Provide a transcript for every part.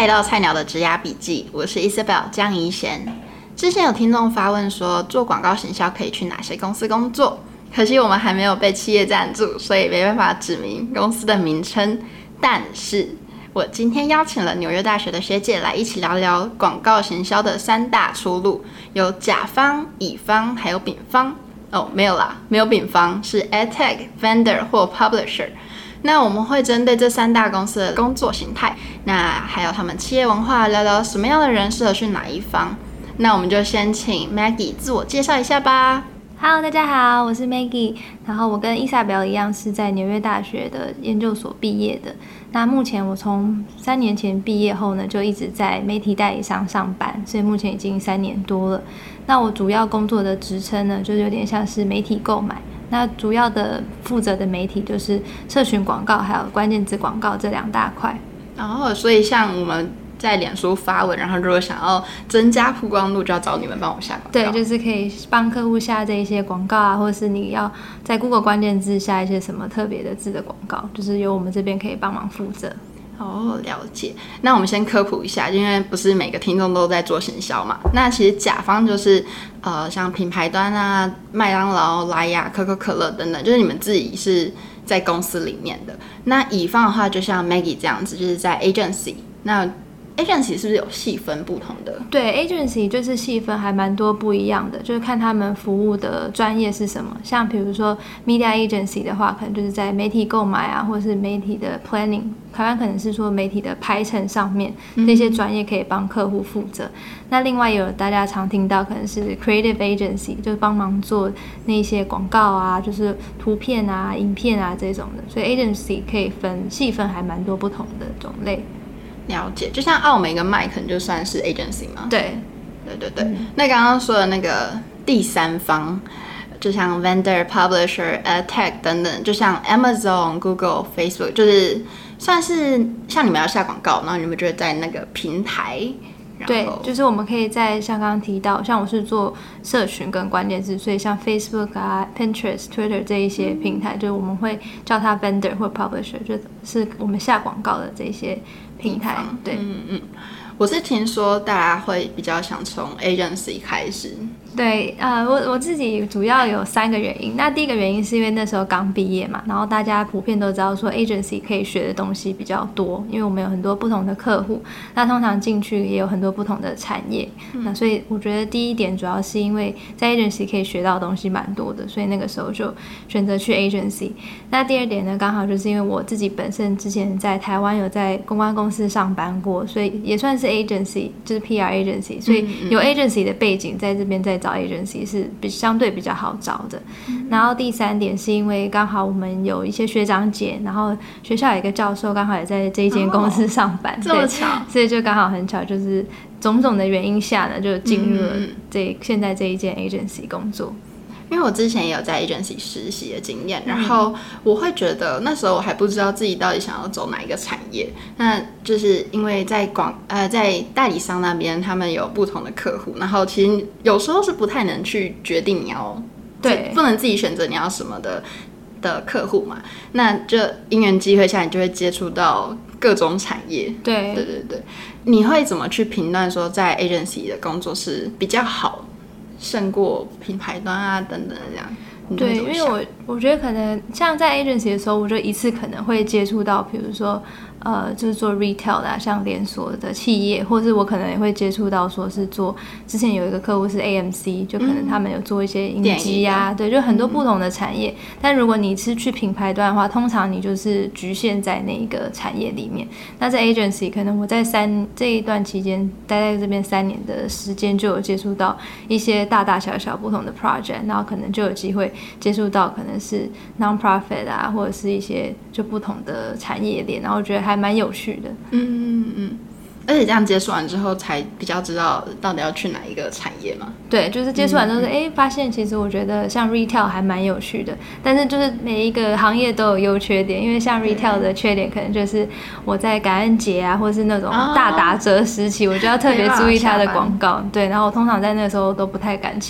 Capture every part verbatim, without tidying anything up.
来到菜鸟的职涯笔记，我是 Isabel 江怡贤。之前有听众发问说，做广告行销可以去哪些公司工作？可惜我们还没有被企业赞助，所以没办法指明公司的名称。但是我今天邀请了纽约大学的学姐来一起聊聊广告行销的三大出路，有甲方、乙方还有丙方。哦，没有啦，没有丙方，是 AdTech、Vendor 或 Publisher。那我们会针对这三大公司的工作形态，那还有他们企业文化，聊聊什么样的人适合去哪一方。那我们就先请 Maggie 自我介绍一下吧。 Hello， 大家好，我是 Maggie。然后我跟伊莎贝尔一样是在纽约大学的研究所毕业的。那目前我从三年前毕业后呢，就一直在媒体代理商上班，所以目前已经三年多了。那我主要工作的职称呢，就是有点像是媒体购买。那主要的负责的媒体就是社群广告还有关键字广告这两大块。 然后所以像我们在脸书发文，然后如果想要增加曝光度，就要找你们帮我下广告。 对，就是可以帮客户下这一些广告啊，或者是你要在 Google 关键字下一些什么特别的字的广告，就是由我们这边可以帮忙负责。 哦，了解。那我们先科普一下，因为不是每个听众都在做行销嘛。那其实甲方就是呃，像品牌端啊，麦当劳、莱雅、可口可乐等等，就是你们自己是在公司里面的。那乙方的话，就像 Maggie 这样子，就是在 agency。那 agency 是不是有细分不同的？ 对 ，agency 就是细分还蛮多不一样的，就是看他们服务的专业是什么。像比如说 media agency 的话，可能就是在媒体购买啊，或是媒体的 planning， 台湾可能是说媒体的排程上面，那些专业可以帮客户负责。嗯、那另外有大家常听到可能是 creative agency， 就是帮忙做那些广告啊，就是图片啊、影片啊这种的。所以 agency 可以分细分还蛮多不同的种类。 了解，就像奥美跟麦肯就算是 agency 吗？ 对， 对对对。嗯、那刚刚说的那个第三方，就像 vendor、publisher、AdTech 等等，就像 Amazon、Google、Facebook， 就是算是像你们要下广告，然后你们就会在那个平台。 对，就是我们可以在像刚刚提到，像我是做社群跟关键字，所以像 Facebook 啊、Pinterest、Twitter 这一些平台，就是我们会叫它 vendor 或 publisher， 就是我们下广告的这些平台。对， 嗯嗯，我是听说大家会比较想从 agency 开始。 对，呃，我我自己主要有三个原因。那第一个原因是因为那时候刚毕业嘛，然后大家普遍都知道说 agency 可以学的东西比较多，因为我们有很多不同的客户，那通常进去也有很多不同的产业。嗯、那所以我觉得第一点主要是因为在 agency 可以学到的东西蛮多的，所以那个时候就选择去 agency。那第二点呢，刚好就是因为我自己本身之前在台湾有在公关公司上班过，所以也算是 agency， 就是 P R agency， 所以有 agency 的背景在这边在找 agency 是比相对比较好找的。嗯、然后第三点是因为刚好我们有一些学长姐，然后学校有一个教授刚好也在这一间公司上班， 哦、这么巧， 所以就刚好很巧，就是种种的原因下呢，就进入了这、嗯、现在这一间 agency 工作。 因为我之前也有在 agency 实习的经验，然后我会觉得那时候我还不知道自己到底想要走哪一个产业。那就是因为在广呃在代理商那边，他们有不同的客户，然后其实有时候是不太能去决定你要对，不能自己选择你要什么的的客户嘛。那就因缘机会下，你就会接触到各种产业。 对对对对，你会怎么去评断说在 agency 的工作是比较好？胜过品牌端啊等等这样。 对，因为我我觉得可能像在 agency 的时候，我就一次可能会接触到，比如说呃，就是做 retail 的、啊，像连锁的企业，或是我可能也会接触到，说是做之前有一个客户是 A M C， 就可能他们有做一些影集啊，对，就很多不同的产业。嗯、但如果你是去品牌端的话，通常你就是局限在那一个产业里面。那在 agency， 可能我在三这一段期间待在这边三年的时间，就有接触到一些大大小小不同的 project， 然后可能就有机会接触到可能是 non-profit 啊，或者是一些就不同的产业链，然后我觉得还蛮有趣的。 嗯嗯嗯，而且这样接触完之后，才比较知道到底要去哪一个产业嘛。 对，就是接触完之后，哎、嗯嗯欸，发现其实我觉得像 retail 还蛮有趣的，但是就是每一个行业都有优缺点，因为像 retail 的缺点可能就是我在感恩节啊，或是那种大打折时期，哦、我就要特别注意它的广告。对，然后我通常在那个时候都不太敢请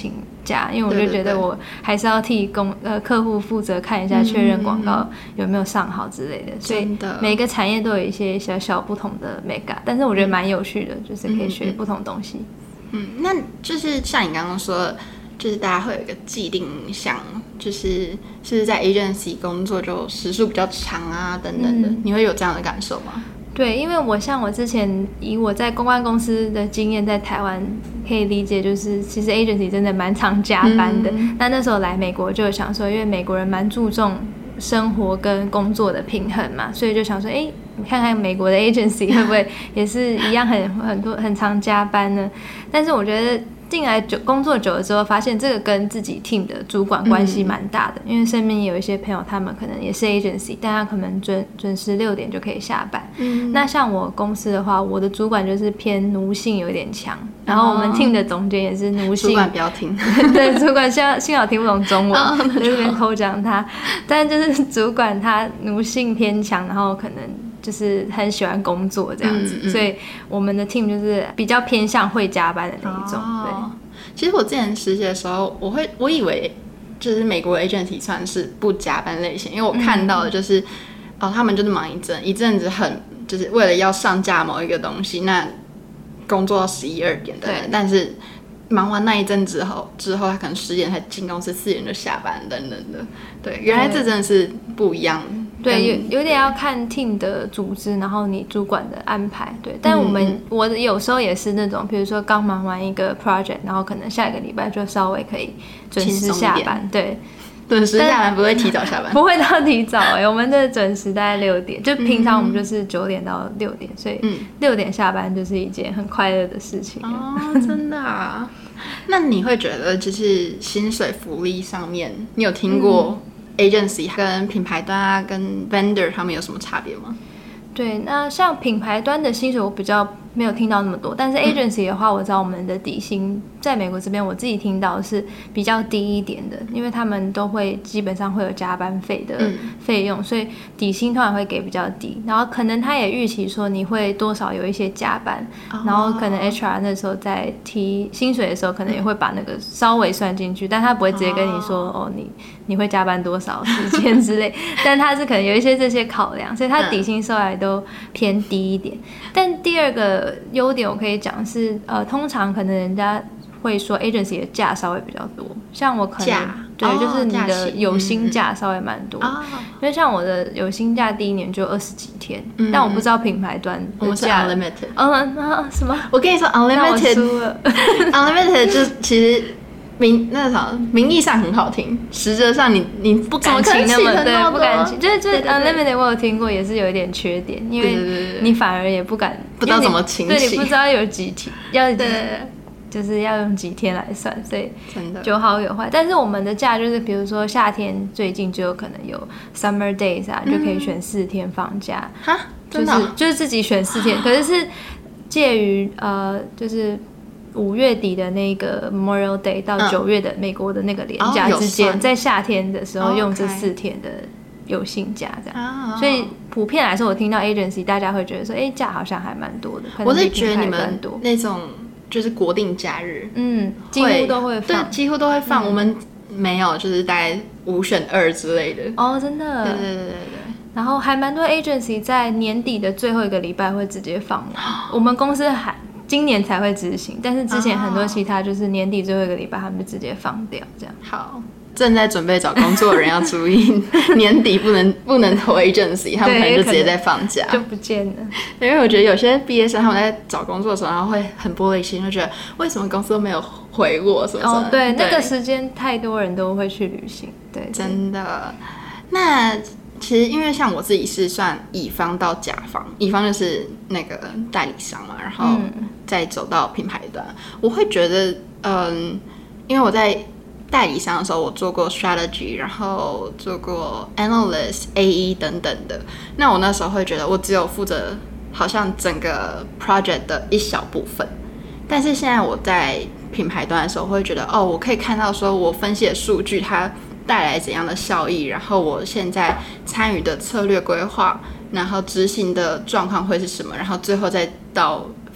假，因为我就觉得我还是要替公呃客户负责看一下，确认广告有没有上好之类的。所以每个产业都有一些小小不同的美感，但是我觉得蛮有趣的，就是可以学不同东西。 嗯，那就是像你刚刚说的，就是大家会有一个既定印象，就是是在 agency 工作就时数比较长啊等等的，嗯、你会有这样的感受吗？ 对，因为我像我之前以我在公关公司的经验，在台湾可以理解，就是其实 agency 真的蛮常加班的。嗯、那那时候来美国就有想说，因为美国人蛮注重生活跟工作的平衡嘛，所以就想说，哎，你看看美国的 agency 会不会也是一样很很多很常加班呢？但是我觉得进来久工作久了之后，发现这个跟自己 team 的主管关系蛮大的，嗯、因为身边也有一些朋友，他们可能也是 agency， 但他可能准准时六点就可以下班。嗯、那像我公司的话，我的主管就是偏奴性有点强，然后我们 team 的总监也是奴性。 主管不要听。 对，主管幸好幸好听不懂中文，哦、在这边偷讲他，但就是主管他奴性偏强，然后可能就是很喜欢工作这样子，嗯嗯、所以我们的 team 就是比较偏向会加班的那一种。哦、对， 其实我之前实习的时候，我会我以为就是美国 agency 算是不加班类型，因为我看到的就是、嗯、哦，他们就是忙一阵一阵子很就是为了要上架某一个东西，那工作到十一二点的，但是忙完那一阵之后，之后他可能十点才进公司，四点就下班等等的。对，原来这真的是不一样。 对，有有点要看 team 的组织，然后你主管的安排。对，但我们、嗯、我有时候也是那种，比如说刚忙完一个 project， 然后可能下一个礼拜就稍微可以准时下班。对， 准时下班不会提早下班， 不会到提早哎、欸，我们的准时大概六点，就平常我们就是九点到六点，所以六点下班就是一件很快乐的事情。 哦，真的啊？那你会觉得就是薪水福利上面，你有听过 agency 跟品牌端啊，跟 vendor 他们有什么差别吗？ 对，那像品牌端的薪水我比较没有听到那么多，但是 agency 的话，我知道我们的底薪在美国这边我自己听到是比较低一点的，因为他们都会基本上会有加班费的费用，嗯、所以底薪通常会给比较低，然后可能他也预期说你会多少有一些加班，哦、然后可能 H R 那时候在提薪水的时候，可能也会把那个稍微算进去，但他不会直接跟你说 哦, 哦你你会加班多少时间之类，但他是可能有一些这些考量，所以他底薪收来都偏低一点。但第二个优点我可以讲是，呃，通常可能人家会说 agency 的假稍微比较多，像我可能对、哦，就是你的有薪假稍微蛮多，嗯、因为像我的有薪假第一年就二十几天，嗯、但我不知道品牌端我们是 unlimited， 嗯、哦、什么？ 我跟你说 unlimited， unlimited 就其实。名那啥，名义上很好听，实质上你你不敢请那么对，不敢请，就是就是 unlimited 我有听过，也是有一点缺点，因为你反而也不敢， 不知道怎么请起，对，你不知道有几天，要就是要用几天来算，所以有好有坏。但是我们的假就是，比如说夏天最近就有可能有 summer days 啊，嗯、就可以选四天放假， 哈，真的、 就是就是自己选四天，可是是介于呃就是。五月底的那个 Memorial Day 到九月的美国的那个连假之间，嗯、在夏天的时候用这四天的有薪假这样， oh, 所以普遍来说，我听到 agency 大家会觉得说，哎、欸，假好像还蛮多的。 我是觉得你们那种就是国定假日， 嗯，几乎都会放， 对，几乎都会放。嗯、我们没有，就是大概五选二之类的。 哦，真的， 对对对对对。 然后还蛮多 agency 在年底的最后一个礼拜会直接放，我们公司还。今年才会执行，但是之前很多其他就是年底最后一个礼拜，他们就直接放掉这样。 好，正在准备找工作的人要注意，年底不能不能投 agency， 他们可能就直接在放假， 就不见了。 因为我觉得有些毕业生他们在找工作的时候，然后会很玻璃心，就觉得为什么公司都没有回我什么什么。 哦，对，那个时间太多人都会去旅行，对， 真的。那其实因为像我自己是算乙方到甲方，乙方就是那个代理商嘛，然后再走到品牌端，嗯、我会觉得，嗯，因为我在代理商的时候，我做过 strategy， 然后做过 analyst、A E 等等的，那我那时候会觉得我只有负责好像整个 project 的一小部分，但是现在我在品牌端的时候，我会觉得哦，我可以看到说我分析的数据它带来怎样的效益，然后我现在参与的策略规划，然后执行的状况会是什么，然后最后再到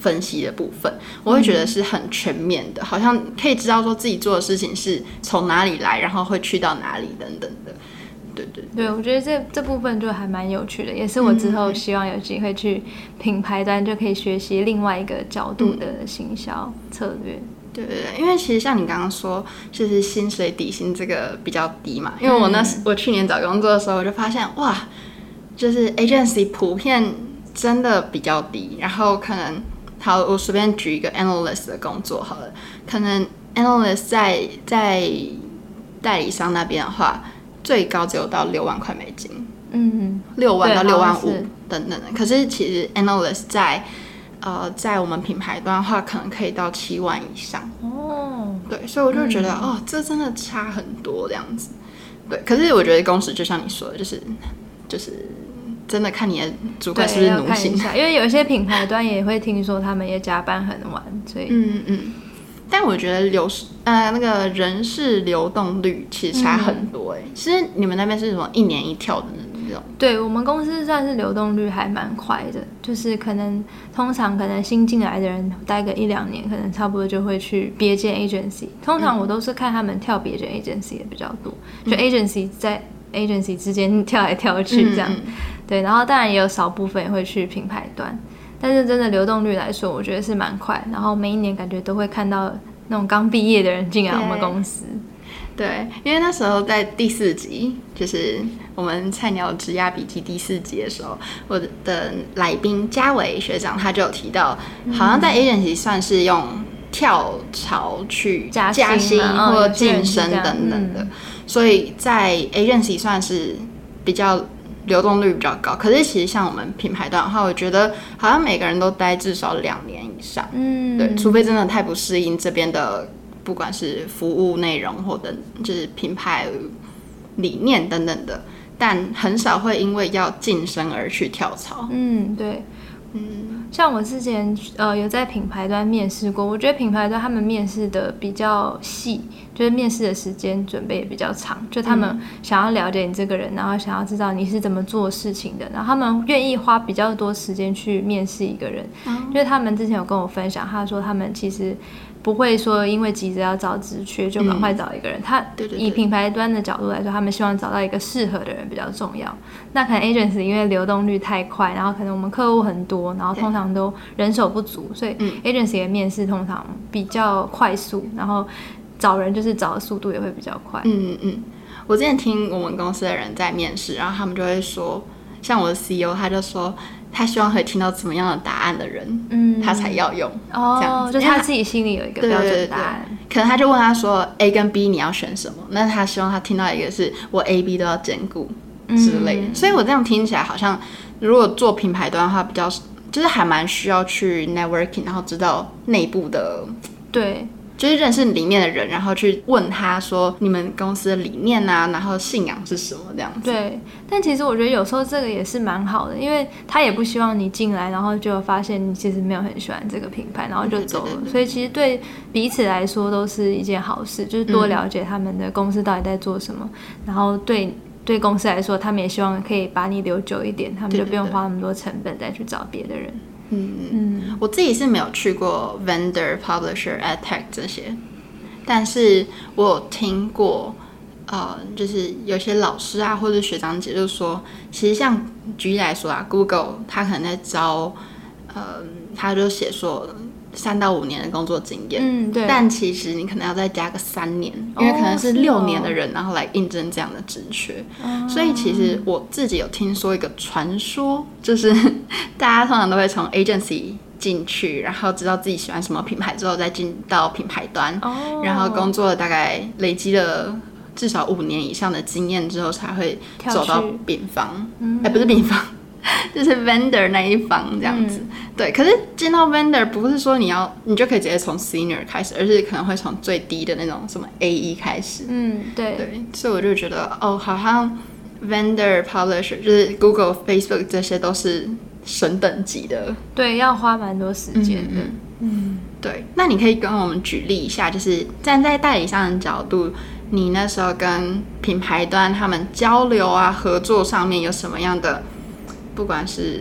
分析的部分，我会觉得是很全面的，好像可以知道说自己做的事情是从哪里来，然后会去到哪里等等的。对对对, 对，我觉得这这部分就还蛮有趣的，也是我之后希望有机会去品牌端就可以学习另外一个角度的行销策略。嗯， 对对对，因为其实像你刚刚说，就是薪水底薪这个比较低嘛。因为我那、嗯、我去年找工作的时候，我就发现哇，就是 agency 普遍真的比较低。然后可能，好，我随便举一个 analyst 的工作好了，可能 analyst 在在代理商那边的话，最高只有到六万块美金，嗯，六万到六万五等等的。可是其实 analyst 在呃，在我们品牌端的话，可能可以到七万以上哦。对，所以我就觉得、嗯、哦，这真的差很多这样子。对，可是我觉得工时就像你说的，就是就是真的看你的主管是不是奴性。 因为有些品牌端也会听说他们也加班很晚，所以嗯嗯。 但我觉得流呃那个人事流动率其实差很多哎、欸。其实你们那边是什么一年一跳的那种？ 对，我们公司算是流动率还蛮快的，就是可能通常可能新进来的人待个一两年，可能差不多就会去别间 agency。通常我都是看他们跳别间 agency 的比较多，嗯、就 agency 在 agency 之间跳来跳去这样。嗯嗯对，然后当然也有少部分也会去品牌端。但是真的流动率来说，我觉得是蛮快，然后每一年感觉都会看到那种刚毕业的人进来我们公司。 对，因为那时候在第四集，就是我们菜鸟职涯笔记第四集的时候，我的来宾嘉伟学长他就有提到，好像在 agency 算是用跳槽去加薪或晋升等等的，嗯、所以在 agency 算是比较流动率比较高。可是其实像我们品牌端的话，我觉得好像每个人都待至少两年以上，嗯，对，除非真的太不适应这边的，不管是服务内容或者就是品牌理念等等的，但很少会因为要晋升而去跳槽。 嗯，对。嗯，像我之前呃有在品牌端面试过，我觉得品牌端他们面试的比较细，就是面试的时间准备也比较长，就他们想要了解你这个人，然后想要知道你是怎么做事情的，然后他们愿意花比较多时间去面试一个人。嗯，就是他们之前有跟我分享，他说他们其实不会说因为急着要找职缺就赶快找一个人，嗯、他以品牌端的角度来说，他们希望找到一个适合的人比较重要。那可能 agency 因为流动率太快，然后可能我们客户很多，然后通常都人手不足，所以 agency 的面试通常比较快速，然后找人就是找的速度也会比较快。 嗯嗯，我之前听我们公司的人在面试，然后他们就会说，像我的 C E O 他就说，他希望可以听到怎么样的答案的人，嗯，他才要用。哦，这样子， 就是他自己心里有一个标准答案。 对对对对，可能他就问他说 A 跟 B 你要选什么？那他希望他听到一个是我 A、B 都要兼顾之类的。嗯、所以我这样听起来好像，如果做品牌端的话，比较就是还蛮需要去 networking， 然后知道内部的， 对。 就是认识里面的人，然后去问他说你们公司的理念啊，然后信仰是什么这样子。 对，但其实我觉得有时候这个也是蛮好的，因为他也不希望你进来，然后就发现你其实没有很喜欢这个品牌，然后就走了。对对对对，所以其实对彼此来说都是一件好事，就是多了解他们的公司到底在做什么，嗯、然后对对公司来说，他们也希望可以把你留久一点，他们就不用花那么多成本再去找别的人。 嗯嗯，我自己是没有去过 vendor、publisher、ad tech 这些，但是我有听过，呃，就是有些老师啊或者学长姐就说，其实像举例来说啊 ，Google 他可能在招，呃，他就写说三到五年的工作经验，嗯，对，但其实你可能要再加个三年，因为可能是六年的人，哦、然后来应征这样的职缺，哦、所以其实我自己有听说一个传说，就是大家通常都会从 agency 进去，然后知道自己喜欢什么品牌之后，再进到品牌端，哦、然后工作了大概累积了至少五年以上的经验之后，才会走到丙方，哎、嗯欸，不是丙方。就是 vendor 那一方这样子，嗯、对。可是进到 vendor 不是说你要你就可以直接从 senior 开始，而是可能会从最低的那种什么 A E 开始。嗯，对对。所以我就觉得哦，好像 vendor、publisher 就是 Google、Facebook 这些都是神等级的， 对，要花蛮多时间的。嗯, 嗯，对。那你可以跟我们举例一下，就是站在代理商的角度，你那时候跟品牌端他们交流啊、合作上面有什么样的？不管是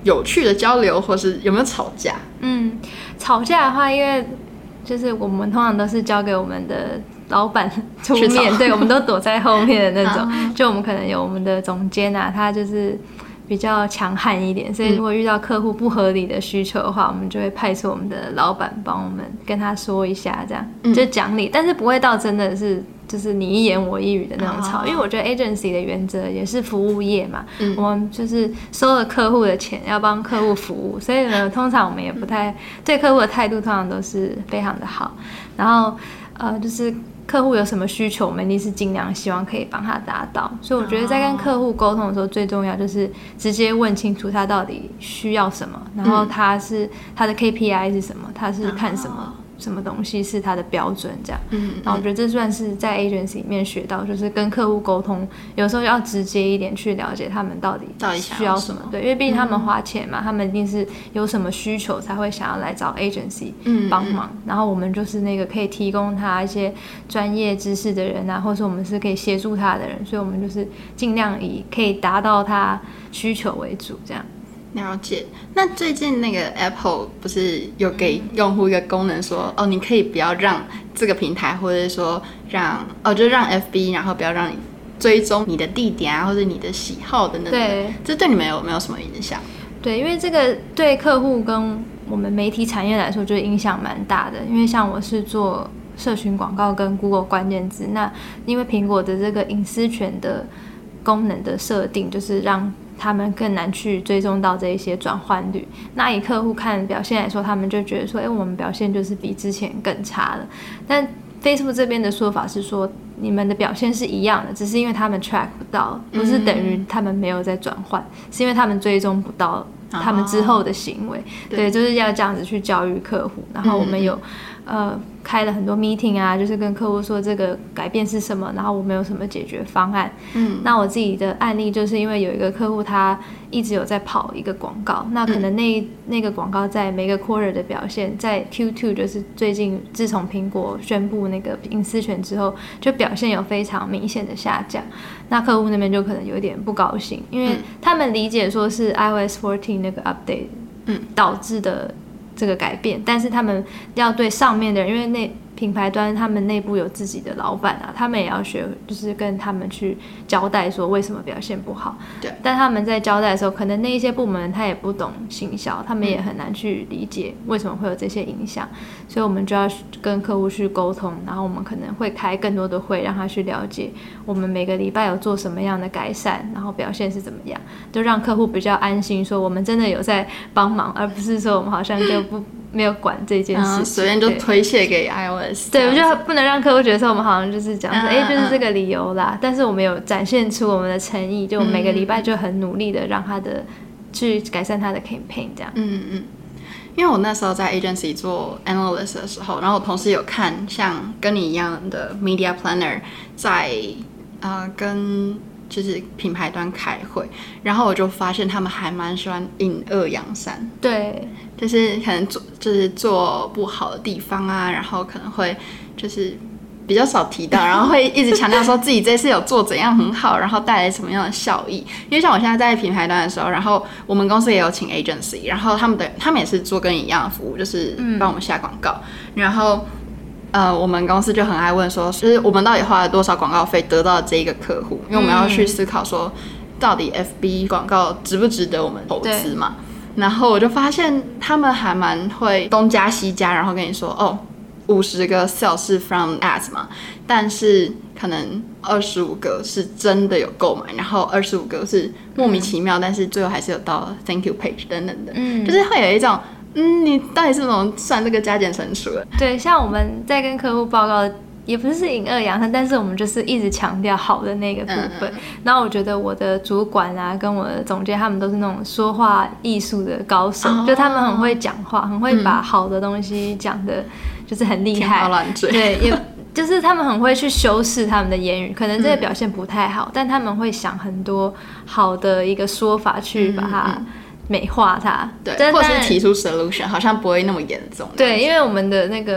有趣的交流，或是有没有吵架？ 嗯，吵架的话，因为就是我们通常都是交给我们的老板出面，对，我们都躲在后面的那种。就我们可能有我们的总监啊，他就是比较强悍一点，所以如果遇到客户不合理的需求的话，我们就会派出我们的老板帮我们跟他说一下，这样就讲理，但是不会到真的是就是你一言我一语的那种吵，因为我觉得 agency 的原则也是服务业嘛，嗯、我们就是收了客户的钱要帮客户服务，所以呢，通常我们也不太对客户的态度通常都是非常的好，然后呃就是客户有什么需求，我们一定是尽量希望可以帮他达到，所以我觉得在跟客户沟通的时候，最重要就是直接问清楚他到底需要什么，然后他是他的 K P I 是什么，他是看什么。什么东西是他的标准这样，嗯，然后我觉得这算是在 agency 里面学到，就是跟客户沟通，有时候要直接一点去了解他们到底需要什么，对，因为毕竟他们花钱嘛，嗯、他们一定是有什么需求才会想要来找 agency 帮忙，嗯嗯、然后我们就是那个可以提供他一些专业知识的人啊，或者说我们是可以协助他的人，所以我们就是尽量以可以达到他需求为主这样。 了解。那最近那个 Apple 不是有给用户一个功能说，哦，你可以不要让这个平台，或者说让哦，就让 F B， 然后不要让你追踪你的地点啊，或者你的喜好等等。对，这对你们有没有什么影响？ 对，因为这个对客户跟我们媒体产业来说，就影响蛮大的。因为像我是做社群广告跟 Google 关键字，那因为苹果的这个隐私权的功能的设定，就是让他们更难去追踪到这一些转换率。那以客户看表现来说，他们就觉得说，哎，我们表现就是比之前更差了。但 Facebook 这边的说法是说，你们的表现是一样的，只是因为他们 track 不到，不是等于他们没有在转换，嗯、是因为他们追踪不到他们之后的行为。哦、对, 对，就是要这样子去教育客户。然后我们有、嗯、呃开了很多 meeting 啊，就是跟客户说这个改变是什么，然后我们有什么解决方案。嗯，那我自己的案例就是因为有一个客户他一直有在跑一个广告，那可能那、嗯、那个广告在每个 quarter 的表现，在 Q 二 就是最近自从苹果宣布那个隐私权之后，就表现有非常明显的下降。那客户那边就可能有点不高兴，因为他们理解说是 i O S 十四 那个 update 导致的这个改变，但是他们要对上面的人，因为那品牌端他们内部有自己的老板啊，他们也要学，就是跟他们去交代说为什么表现不好。对。但他们在交代的时候，可能那一些部门他也不懂行销，他们也很难去理解为什么会有这些影响，所以我们就要跟客户去沟通，然后我们可能会开更多的会，让他去了解我们每个礼拜有做什么样的改善，然后表现是怎么样，就让客户比较安心，说我们真的有在帮忙，而不是说我们好像就不没有管这件事情， 随便就推卸给 iOS。 对，我觉得不能让客户觉得说我们好像就是讲说，哎、嗯，就是这个理由啦。但是我们有展现出我们的诚意，就每个礼拜就很努力的让他的去改善他的 campaign 这样。 嗯嗯。因为我那时候在 agency 做 analyst 的时候，然后我同时有看像跟你一样的 media planner 在呃跟就是品牌端开会，然后我就发现他们还蛮喜欢隐恶扬善。 对， 就是可能做就是做不好的地方啊，然后可能会就是比较少提到，然后会一直强调说自己这次有做怎样很好，然后带来什么样的效益。因为像我现在在品牌端的时候，然后我们公司也有请 agency， 然后他们的他们也是做跟你一样的服务，就是帮我们下广告，嗯、然后。呃，我们公司就很爱问说，就是我们到底花了多少广告费得到这一个客户？因为我们要去思考说，到底 F B 广告值不值得我们投资嘛？然后我就发现他们还蛮会东加西加，然后跟你说，哦，五十个 sales 是 from ads 嘛，但是可能二十五个是真的有购买，然后二十五个是莫名其妙，嗯、但是最后还是有到 thank you page 等等的，嗯、就是会有一种。嗯，你到底是怎么算这个加减乘除的？ 对，像我们在跟客户报告，也不是隐恶扬善，但是我们就是一直强调好的那个部分。嗯、然后我觉得我的主管啊，跟我的总监，他们都是那种说话艺术的高手，哦、就他们很会讲话，很会把好的东西讲的，就是很厉害。天花乱坠。对，也就是他们很会去修饰他们的言语，可能这个表现不太好，嗯、但他们会想很多好的一个说法去把它。嗯嗯美化它， 对，或是提出 solution， 好像不会那么严重。 对，因为我们的那个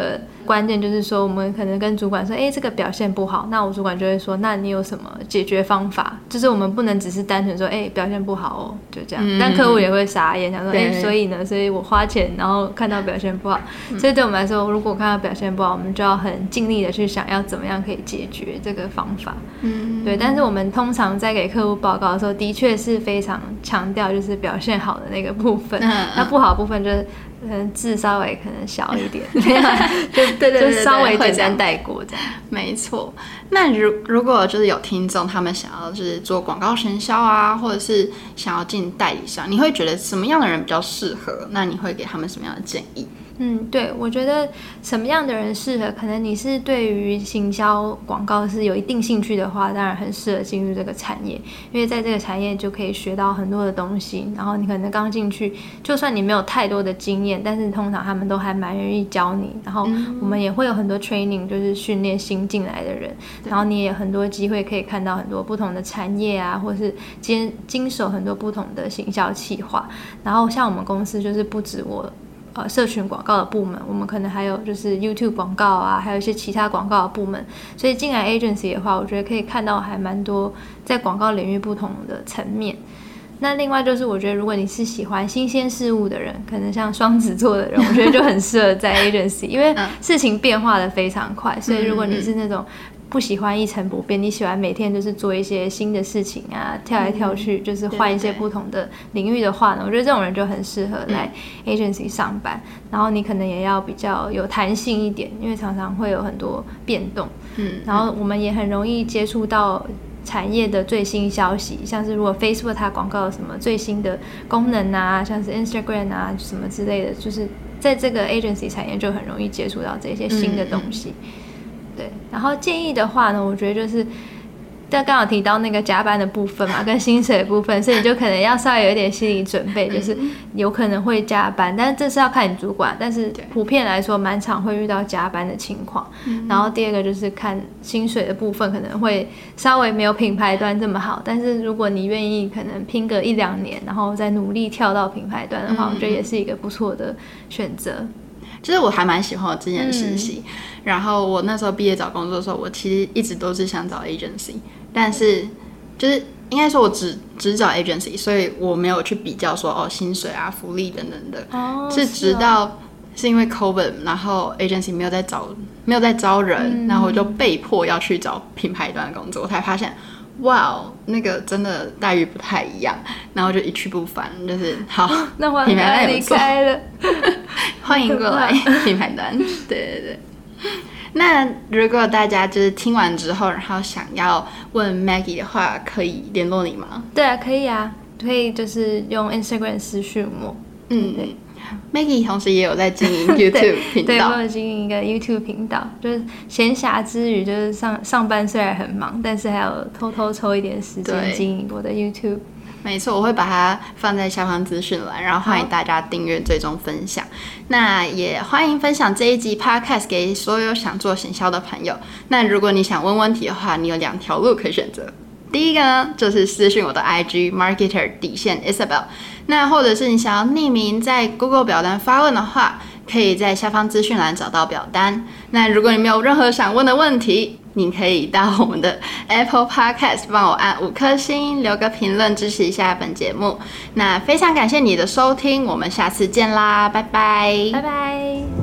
关键就是说，我们可能跟主管说，哎，这个表现不好，那我主管就会说，那你有什么解决方法？就是我们不能只是单纯说，哎，表现不好哦，就这样。嗯、但客户也会傻眼，想说，哎，所以呢，所以我花钱，然后看到表现不好，嗯、所以对我们来说，如果看到表现不好，我们就要很尽力的去想要怎么样可以解决这个方法。嗯，对。但是我们通常在给客户报告的时候，的确是非常强调就是表现好的那个部分，嗯、那不好的部分就是。嗯，字稍微可能小一点，就对对对， 就稍微简单带过这样。 没错。那如如果就是有听众他们想要就是做广告行销啊，或者是想要进代理商，你会觉得什么样的人比较适合？那你会给他们什么样的建议？ 嗯，对，我觉得什么样的人适合？可能你是对于行销广告是有一定兴趣的话，当然很适合进入这个产业，因为在这个产业就可以学到很多的东西。然后你可能刚进去，就算你没有太多的经验，但是通常他们都还蛮愿意教你。然后我们也会有很多 training， 就是训练新进来的人。然后你也有很多机会可以看到很多不同的产业啊，或是经经手很多不同的行销企划。然后像我们公司就是不止我。呃，社群广告的部门，我们可能还有就是 YouTube 广告啊，还有一些其他广告的部门。所以进来 agency 的话，我觉得可以看到还蛮多在广告领域不同的层面。那另外就是，我觉得如果你是喜欢新鲜事物的人，可能像双子座的人，我觉得就很适合在 agency， 因为事情变化的非常快，所以如果你是那种不喜欢一成不变，你喜欢每天就是做一些新的事情啊，跳来跳去，就是换一些不同的领域的话呢，我觉得这种人就很适合来 agency 上班。然后你可能也要比较有弹性一点，因为常常会有很多变动。嗯，然后我们也很容易接触到产业的最新消息，像是如果 Facebook 它广告有什么最新的功能啊，像是 Instagram 啊什么之类的，就是在这个 agency 产业就很容易接触到这些新的东西。嗯对，然后建议的话呢，我觉得就是但刚好提到那个加班的部分嘛，跟薪水的部分，所以你就可能要稍微有一点心理准备，就是有可能会加班，但是这是要看你主管，但是普遍来说蛮常会遇到加班的情况。然后第二个就是看薪水的部分，可能会稍微没有品牌端这么好，但是如果你愿意可能拼个一两年，然后再努力跳到品牌端的话，我觉得也是一个不错的选择。 其实我还蛮喜欢我之前的实习、嗯，然后我那时候毕业找工作的时候，我其实一直都是想找 agency， 但是就是应该说我只只找 agency， 所以我没有去比较说哦薪水啊、福利等等的，哦、是直到是因为 COVID， 然后 agency 没有在找没有在招人、嗯，然后我就被迫要去找品牌端的工作，我才发现。哇、wow, 那个真的待遇不太一样，然后就一去不返，就是好， 那我应该离开了， 欢迎过来品牌端，对对对。那如果大家就是听完之后，然后想要问 Maggie 的话，可以联络你吗？ 对啊，可以啊，可以就是用 Instagram 私讯我，嗯，对。 Maggie 同时也有在经营 YouTube 频道， 对，我有经营一个 YouTube 频道，就是闲暇之余，就是上上班虽然很忙，但是还有偷偷抽一点时间经营我的 YouTube。 没错，我会把它放在下方资讯栏，然后欢迎大家订阅、追踪、分享。那也欢迎分享这一集 Podcast 给所有想做行销的朋友。那如果你想问问题的话，你有两条路可以选择。第一个呢，就是私讯我的 I G marketer 底线 Isabel。那或者是你想要匿名在 Google 表单发问的话，可以在下方资讯栏找到表单。那如果你没有任何想问的问题，你可以到我们的 Apple Podcast 帮我按五颗星，留个评论支持一下本节目。那非常感谢你的收听，我们下次见啦，拜拜， 拜拜。